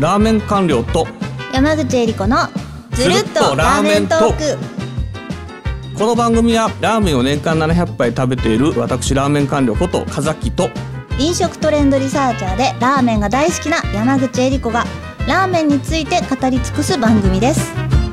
ラーメン官僚と山口恵理子のずるっとラーメントーク。 この番組はラーメンを年間700杯食べている私ラーメン官僚こと風木と飲食トレンドリサーチャーでラーメンが大好きな山口恵理子がラーメンについて語り尽くす番組です。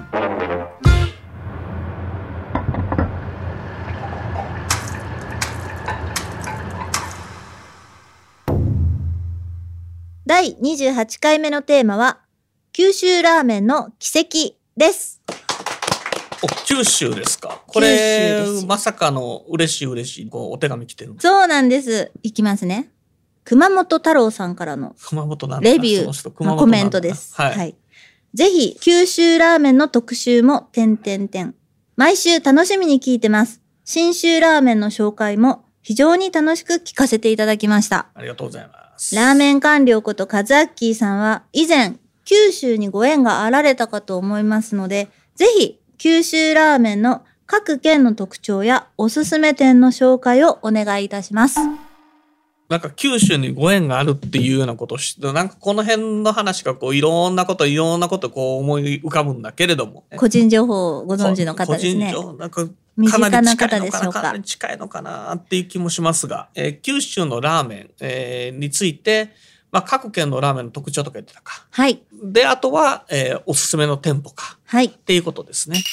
第28回目のテーマは九州ラーメンの奇跡です。 九州ですか。これまさかの嬉しいお手紙来てる。 そうなんです。いきますね。熊本太郎さんからのレビューコメントです。はい。ぜひ九州ラーメンの特集も毎週楽しみに聞いてます。信州ラーメンの紹介も非常に楽しく聞かせていただきました。 ありがとうございます。 ラーメン官僚ことカズアッキーさんは以前九州にご縁があられたかと思いますので、ぜひ九州ラーメンの各県の特徴やおすすめ店の紹介をお願いいたします。 なんか九州にご縁があるっていうようなことを知って、なんかこの辺の話がいろんなこと思い浮かぶんだけれども、 個人情報をご存知の方ですね。 個人情報なんか身近な方でしょうか。 かなり近いのかなっていう気もしますが、九州のラーメン、について、各県のラーメンの特徴とか言ってたか。 はい。 で、あとは、おすすめの店舗か。 はい。 っていうことですね。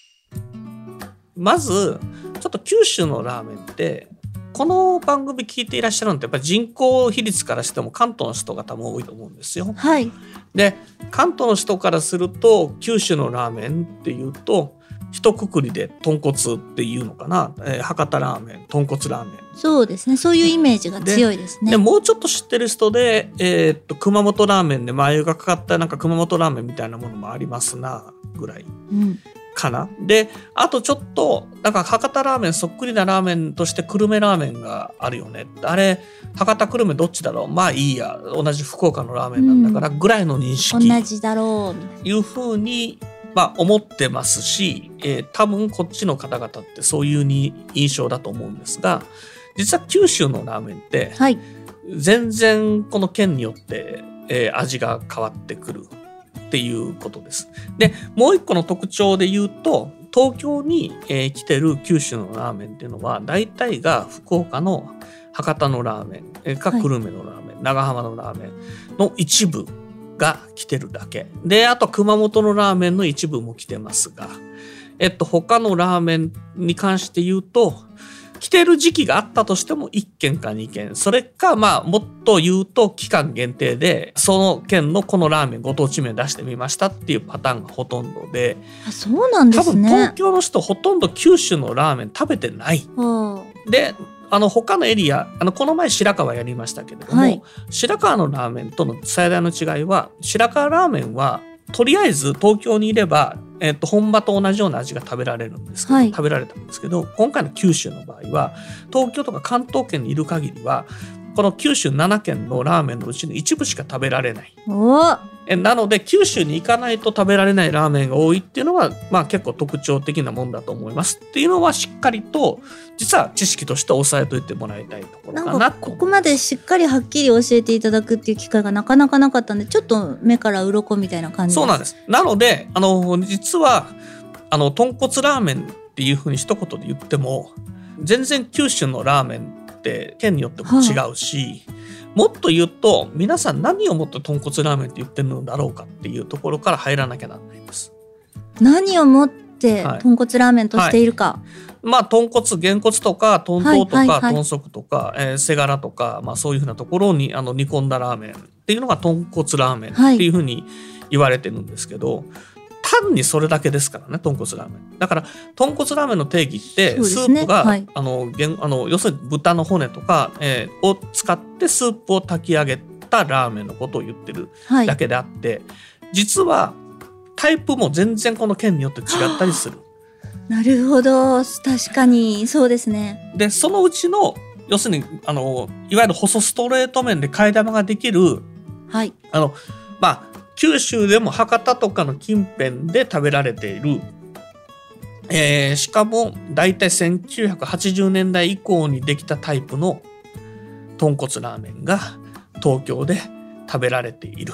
まず、ちょっと九州のラーメンって、この番組聞いていらっしゃるのってやっぱり人口比率からしても関東の人が多分多いと思うんですよ。 はい。 で、関東の人からすると九州のラーメンっていうと一括りで豚骨っていうのかな、博多ラーメン、豚骨ラーメン。 そうですね。そういうイメージが強いですね。 でもうちょっと知ってる人で、熊本ラーメンで麻油がかかったなんか熊本ラーメンみたいなものもありますなぐらい。かな。で、あとちょっとなんか博多ラーメンそっくりなラーメンとして久留米ラーメンがあるよね。あれ博多久留米どっちだろう。まあいいや、同じ福岡のラーメンなんだからぐらいの認識、 同じだろういうふうに思ってますし、多分こっちの方々ってそういう印象だと思うんですが、実は九州のラーメンって、はい、全然この県によって、味が変わってくるっていうことです。で、もう一個の特徴で言うと、東京に、来てる九州のラーメンっていうのは大体が福岡の博多のラーメンか久留米のラーメン、長浜のラーメンの一部が来てるだけで、あと熊本のラーメンの一部も来てますが、他のラーメンに関して言うと来てる時期があったとしても1軒か2軒、それかもっと言うと期間限定でその県のこのラーメンご当地名出してみましたっていうパターンがほとんどで、 そうなんですね。 多分東京の人ほとんど九州のラーメン食べてない。で、他のエリア、この前白河やりましたけれども、はい、白河のラーメンとの最大の違いは、白河ラーメンはとりあえず東京にいれば、本場と同じような味が食べられるんですけど、はい、食べられたんですけど、今回の九州の場合は東京とか関東圏にいる限りはこの九州7県のラーメンのうちの一部しか食べられない。なので九州に行かないと食べられないラーメンが多いっていうのは、結構特徴的なもんだと思いますっていうのはしっかりと実は知識として押さえといてもらいたいところかなと。 なんかここまでしっかりはっきり教えていただくっていう機会がなかなかなかったんで、ちょっと目から鱗みたいな感じです。 そうなんです。なので実は豚骨ラーメンっていうふうに一言で言っても全然九州のラーメンって県によっても違うし、もっと言うと皆さん何をもって豚骨ラーメンって言ってるのだろうかっていうところから入らなきゃならないんです。 何をもって豚骨ラーメンとしているか、 豚骨、げんこつとか豚頭とか豚足とか、背ガラとか、そういうふうなところに煮込んだラーメンっていうのが豚骨ラーメンっていうふうに言われてるんですけど、単にそれだけですからね、豚骨ラーメン。だから豚骨ラーメンの定義ってスープが、要するに豚の骨とか、を使ってスープを炊き上げたラーメンのことを言ってるだけであって、実はタイプも全然この県によって違ったりする。 なるほど、確かにそうですね。 で、そのうちの要するにいわゆる細ストレート麺で替え玉ができる、はい、九州でも博多とかの近辺で食べられている、しかもだいたい1980年代以降にできたタイプの豚骨ラーメンが東京で食べられている。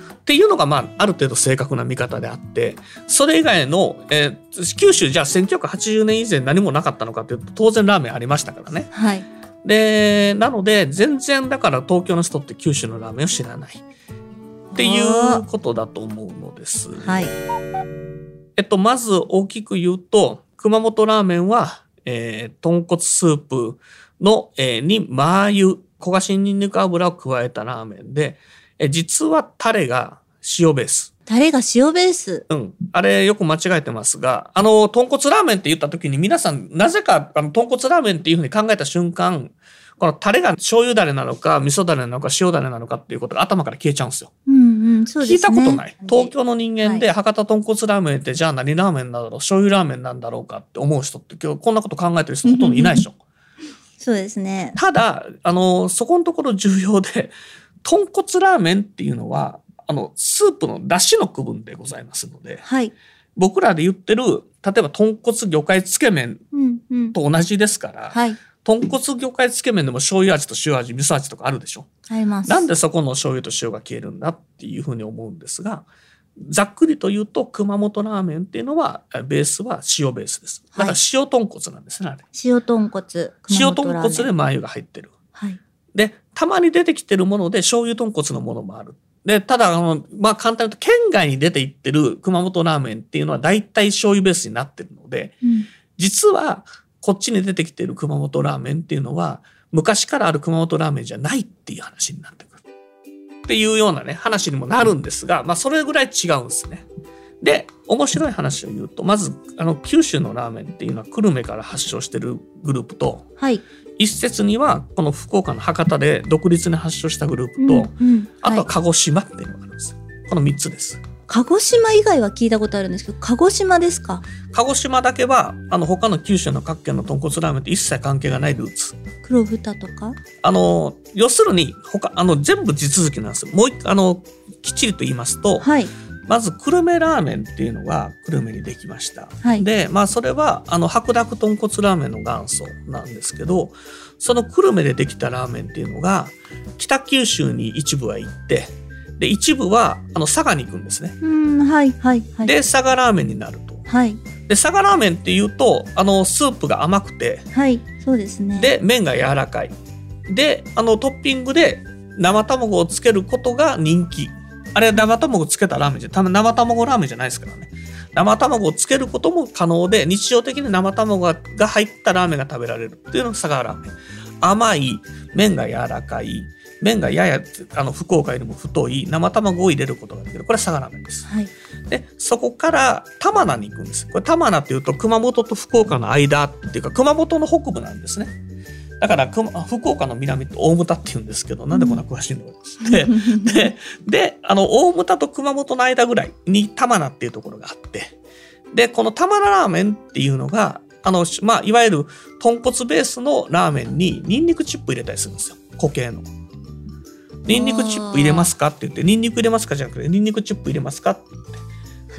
っていうのが、ある程度正確な見方であって、それ以外の、九州じゃあ1980年以前何もなかったのかというと、当然ラーメンありましたからね。 はい。 で、なので、全然だから東京の人って九州のラーメンを知らない。っていうことだと思うのです。 はい。 まず大きく言うと、熊本ラーメンは、豚骨スープの、にマー油、焦がしニンニク油を加えたラーメンで、実はタレが塩ベース。 タレが塩ベース。 うん。あれよく間違えてますが、豚骨ラーメンって言った時に皆さん、なぜか豚骨ラーメンっていうふうに考えた瞬間、このタレが醤油ダレなのか、味噌ダレなのか、塩ダレなのかっていうことが頭から消えちゃうんですよ。 そうですね。 聞いたことない。東京の人間で博多豚骨ラーメンってじゃあ何ラーメンなんだろう、醤油ラーメンなんだろうかって思う人って今日こんなこと考えてる人ほとんどいないでしょ。 そうですね。 ただ、そこのところ重要で、豚骨ラーメンっていうのは、スープの出汁の区分でございますので、 はい。 僕らで言ってる、例えば豚骨魚介つけ麺と同じですから、 はい。 豚骨魚介つけ麺でも醤油味と塩味、味噌味とかあるでしょ。 あります。 なんでそこの醤油と塩が消えるんだっていうふうに思うんですが、ざっくりと言うと熊本ラーメンっていうのはベースは塩ベースです。だから塩豚骨なんですね、あれ。 塩豚骨。 塩豚骨でマー油が入ってる。 はい。 で、たまに出てきてるもので醤油豚骨のものもある。で、ただ、簡単に言うと県外に出ていってる熊本ラーメンっていうのは大体醤油ベースになってるので、実はこっちに出てきてる熊本ラーメンっていうのは昔からある熊本ラーメンじゃないっていう話になってくる。っていうようなね、話にもなるんですが、それぐらい違うんですね。で、面白い話を言うと、まず、九州のラーメンっていうのは久留米から発祥してるグループと、 はい。 一説には、この福岡の博多で独立に発祥したグループと、あとは鹿児島っていうのがあるんです。この3つです。 鹿児島以外は聞いたことあるんですけど、鹿児島ですか？ 鹿児島だけは、他の九州の各県の豚骨ラーメンと一切関係がないルーツ。 黒豚とか？ 要するに、全部地続きなんですよ。もう一回、きっちりと言いますと、 はい。 まず、久留米ラーメンっていうのが久留米にできました。 はい。 で、それは、白濁豚骨ラーメンの元祖なんですけど、その久留米でできたラーメンっていうのが、北九州に一部は行って、で、一部は、佐賀に行くんですね。 はい、はい、はい。 で、佐賀ラーメンになると。 はい。 で、佐賀ラーメンっていうと、スープが甘くて、 はい、そうですね。 で、麺が柔らかい。で、トッピングで生卵をつけることが人気。あれは生卵つけたラーメンじゃ、生卵ラーメンじゃないですからね。生卵をつけることも可能で、日常的に生卵が入ったラーメンが食べられるっていうのが佐賀ラーメン。甘い、麺が柔らかい、麺がやや福岡よりも太い生卵を入れることができる。これは佐賀ラーメンです。 はい。 で、そこから玉名に行くんです。これ玉名っていうと熊本と福岡の間っていうか熊本の北部なんですね。だから福岡の南って大牟田って言うんですけど、なんでこんな詳しいのかで、大牟田と熊本の間ぐらいに玉名っていうところがあって、で、この玉名ラーメンっていうのが、いわゆる豚骨ベースのラーメンにニンニクチップ入れたりするんですよ。固形の。ニンニクチップ入れますかって言って、ニンニク入れますかじゃなくて、ニンニクチップ入れますかって言って。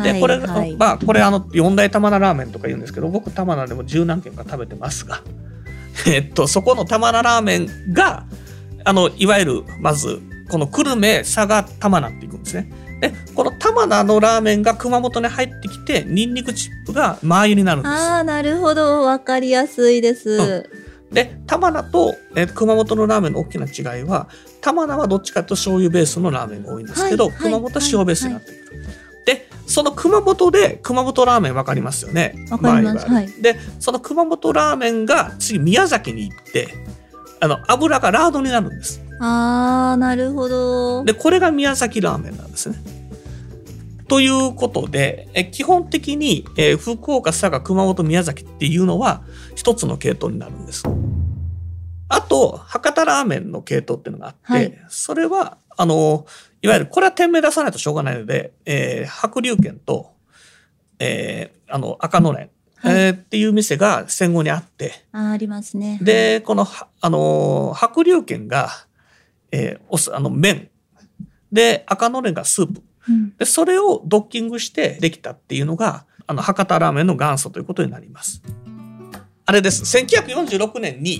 で、これ、これ4大玉名ラーメンとか言うんですけど、僕玉名でも十何軒か食べてますが、そこの玉名ラーメンが、いわゆる、まず、この久留米、佐賀、玉名っていくんですね。で、この玉名のラーメンが熊本に入ってきて、ニンニクチップがマー油になるんです。 ああ、なるほど。わかりやすいです。 で、玉名と、熊本のラーメンの大きな違いは、玉名はどっちかというと醤油ベースのラーメンが多いんですけど、熊本は塩ベースになってくる。で、その熊本で熊本ラーメンわかりますよね。 わかります。はい。 で、その熊本ラーメンが次宮崎に行って、油がラードになるんです。 あー、なるほど。 で、これが宮崎ラーメンなんですね。ということで、基本的に、福岡、佐賀、熊本、宮崎っていうのは一つの系統になるんです。あと、博多ラーメンの系統っていうのがあって、はい、それは、いわゆる、これは店名出さないとしょうがないので、白龍軒と、赤のれん、はいっていう店が戦後にあって。 ありますね。 で、この、白龍軒が、麺。で、赤のれんがスープ。で、それをドッキングしてできたっていうのが、博多ラーメンの元祖ということになります。あれです。1946年に、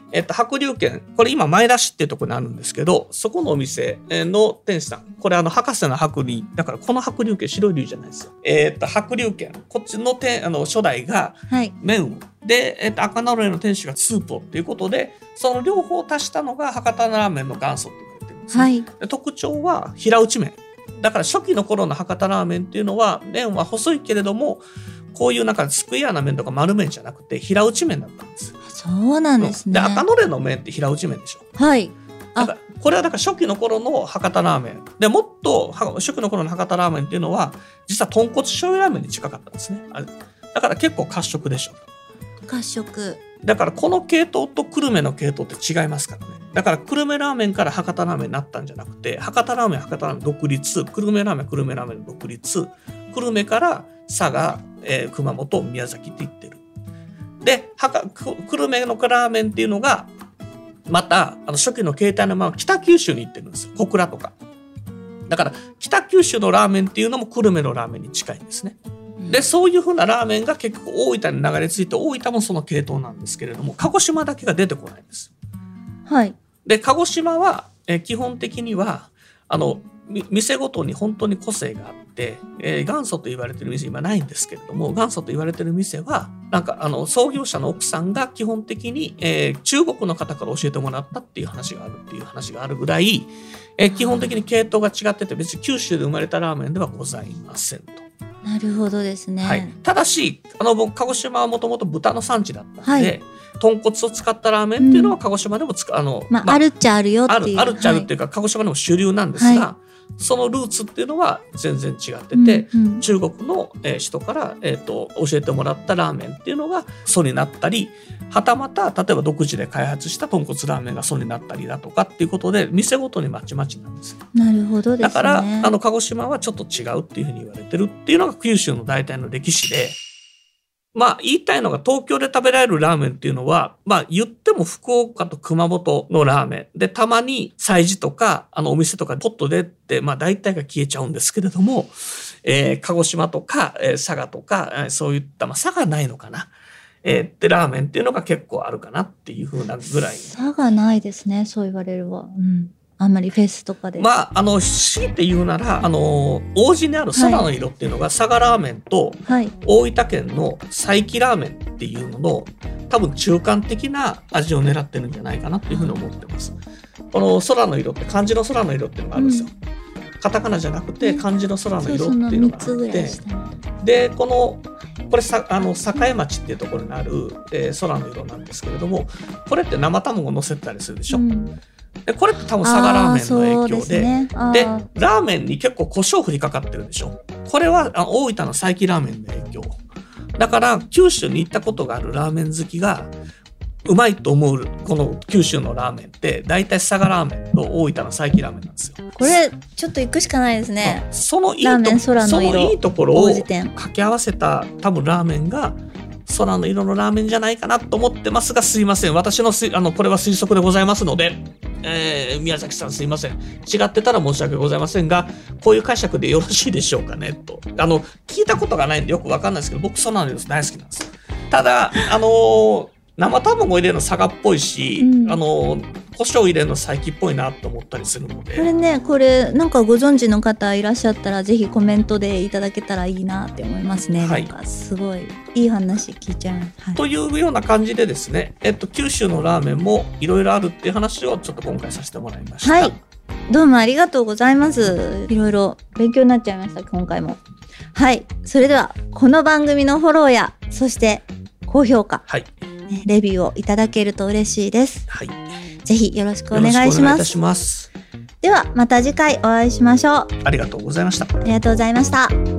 白龍軒、これ今前田市っていうところにあるんですけど、そこのお店の店主さん、これ博士の白龍だから、この白龍軒白い龍じゃないですよ。白龍軒、こっちの初代が麺を、で、赤のれの店主がスープをっていうことで、その両方を足したのが博多ラーメンの元祖って言われてるんですね。で特徴は平打ち麺だから、初期の頃の博多ラーメンっていうのは麺は細いけれども、こういうなんかスクエアな麺とか丸麺じゃなくて平打ち麺だったんです。 そうなんですね。 で、赤のれの麺って平打ち麺でしょ。 はい。 だからこれはだから初期の頃の博多ラーメンで、もっと初期の頃の博多ラーメンっていうのは実は豚骨醤油ラーメンに近かったんですね。だから結構褐色でしょ。 褐色。だからこの系統と久留米の系統って違いますからね。だから久留米ラーメンから博多ラーメンになったんじゃなくて、博多ラーメン博多ラーメン独立、久留米ラーメン久留米ラーメン独立、久留米から佐賀、熊本、宮崎って言ってる。で、久留米のラーメンっていうのがまた初期の形態のまま北九州に行ってるんですよ。小倉とか。だから北九州のラーメンっていうのも久留米のラーメンに近いんですね。で、そういう風なラーメンが結局大分に流れ着いて、大分もその系統なんですけれども、鹿児島だけが出てこないんです。 はい。 で、鹿児島は基本的には店ごとに本当に個性があって、元祖と言われてる店今ないんですけれども、元祖と言われてる店はなんか創業者の奥さんが基本的に、中国の方から教えてもらったっていう話があるっていう話があるぐらい、基本的に系統が違ってて、別に九州で生まれたラーメンではございませんと。 なるほどですね。 はい、ただし僕鹿児島はもともと豚の産地だったので、はい、豚骨を使ったラーメンっていうのは鹿児島でもあるっちゃあるよっていう、 あるっちゃあるっていうか、鹿児島でも主流なんですが、はい、そのルーツっていうのは全然違ってて、中国の人から、教えてもらったラーメンっていうのが素になったり、はたまた例えば独自で開発した豚骨ラーメンが素になったりだとかっていうことで、店ごとにまちまちなんですよ。 なるほどですね。 だから鹿児島はちょっと違うっていうふうに言われてるっていうのが九州の大体の歴史で、言いたいのが、東京で食べられるラーメンっていうのは、言っても福岡と熊本のラーメンで、たまに催事とかお店とかポッと出て、大体が消えちゃうんですけれども、鹿児島とか、佐賀とか、そういった佐賀ないのかな、でラーメンっていうのが結構あるかなっていう風なぐらい。 佐賀ないですね、そう言われるわ。あんまりフェスとかで。 強いて言うなら、王子にある空の色っていうのが、佐賀ラーメンと、大分県の佐伯ラーメンっていうのの、多分中間的な味を狙ってるんじゃないかなっていうふうに思ってます。この空の色って漢字の空の色っていうのがあるんですよ。カタカナじゃなくて漢字の空の色っていうのがあって、で、これ栄町っていうところにある、空の色なんですけれども、これって生卵乗せたりするでしょ。でこれって多分佐賀ラーメンの影響で、でラーメンに結構胡椒振りかかってるでしょ。これは大分の佐伯ラーメンの影響だから、九州に行ったことがあるラーメン好きがうまいと思うこの九州のラーメンって大体佐賀ラーメンと大分の佐伯ラーメンなんですよ。 これちょっと行くしかないですね。 そのいいところを掛け合わせた多分ラーメンが空の色のラーメンじゃないかなと思ってますが、すいません、私のこれは推測でございますので、宮崎さんすいません、違ってたら申し訳ございませんが、こういう解釈でよろしいでしょうかねと。聞いたことがないんでよくわかんないですけど、僕空の色大好きなんです。ただ生卵入れるの佐賀っぽいし、胡椒入れるの佐伯っぽいなと思ったりするので、 これなんかご存知の方いらっしゃったら、ぜひコメントでいただけたらいいなって思いますね。なんかすごいいい話聞いちゃう、 というような感じでですね、九州のラーメンもいろいろあるっていう話をちょっと今回させてもらいました。 どうもありがとうございます。いろいろ勉強になっちゃいました、今回も。それではこの番組のフォローや、そして高評価、レビューをいただけると嬉しいです。ぜひよろしくお願いします。ではまた次回お会いしましょう。 ありがとうございました。 ありがとうございました。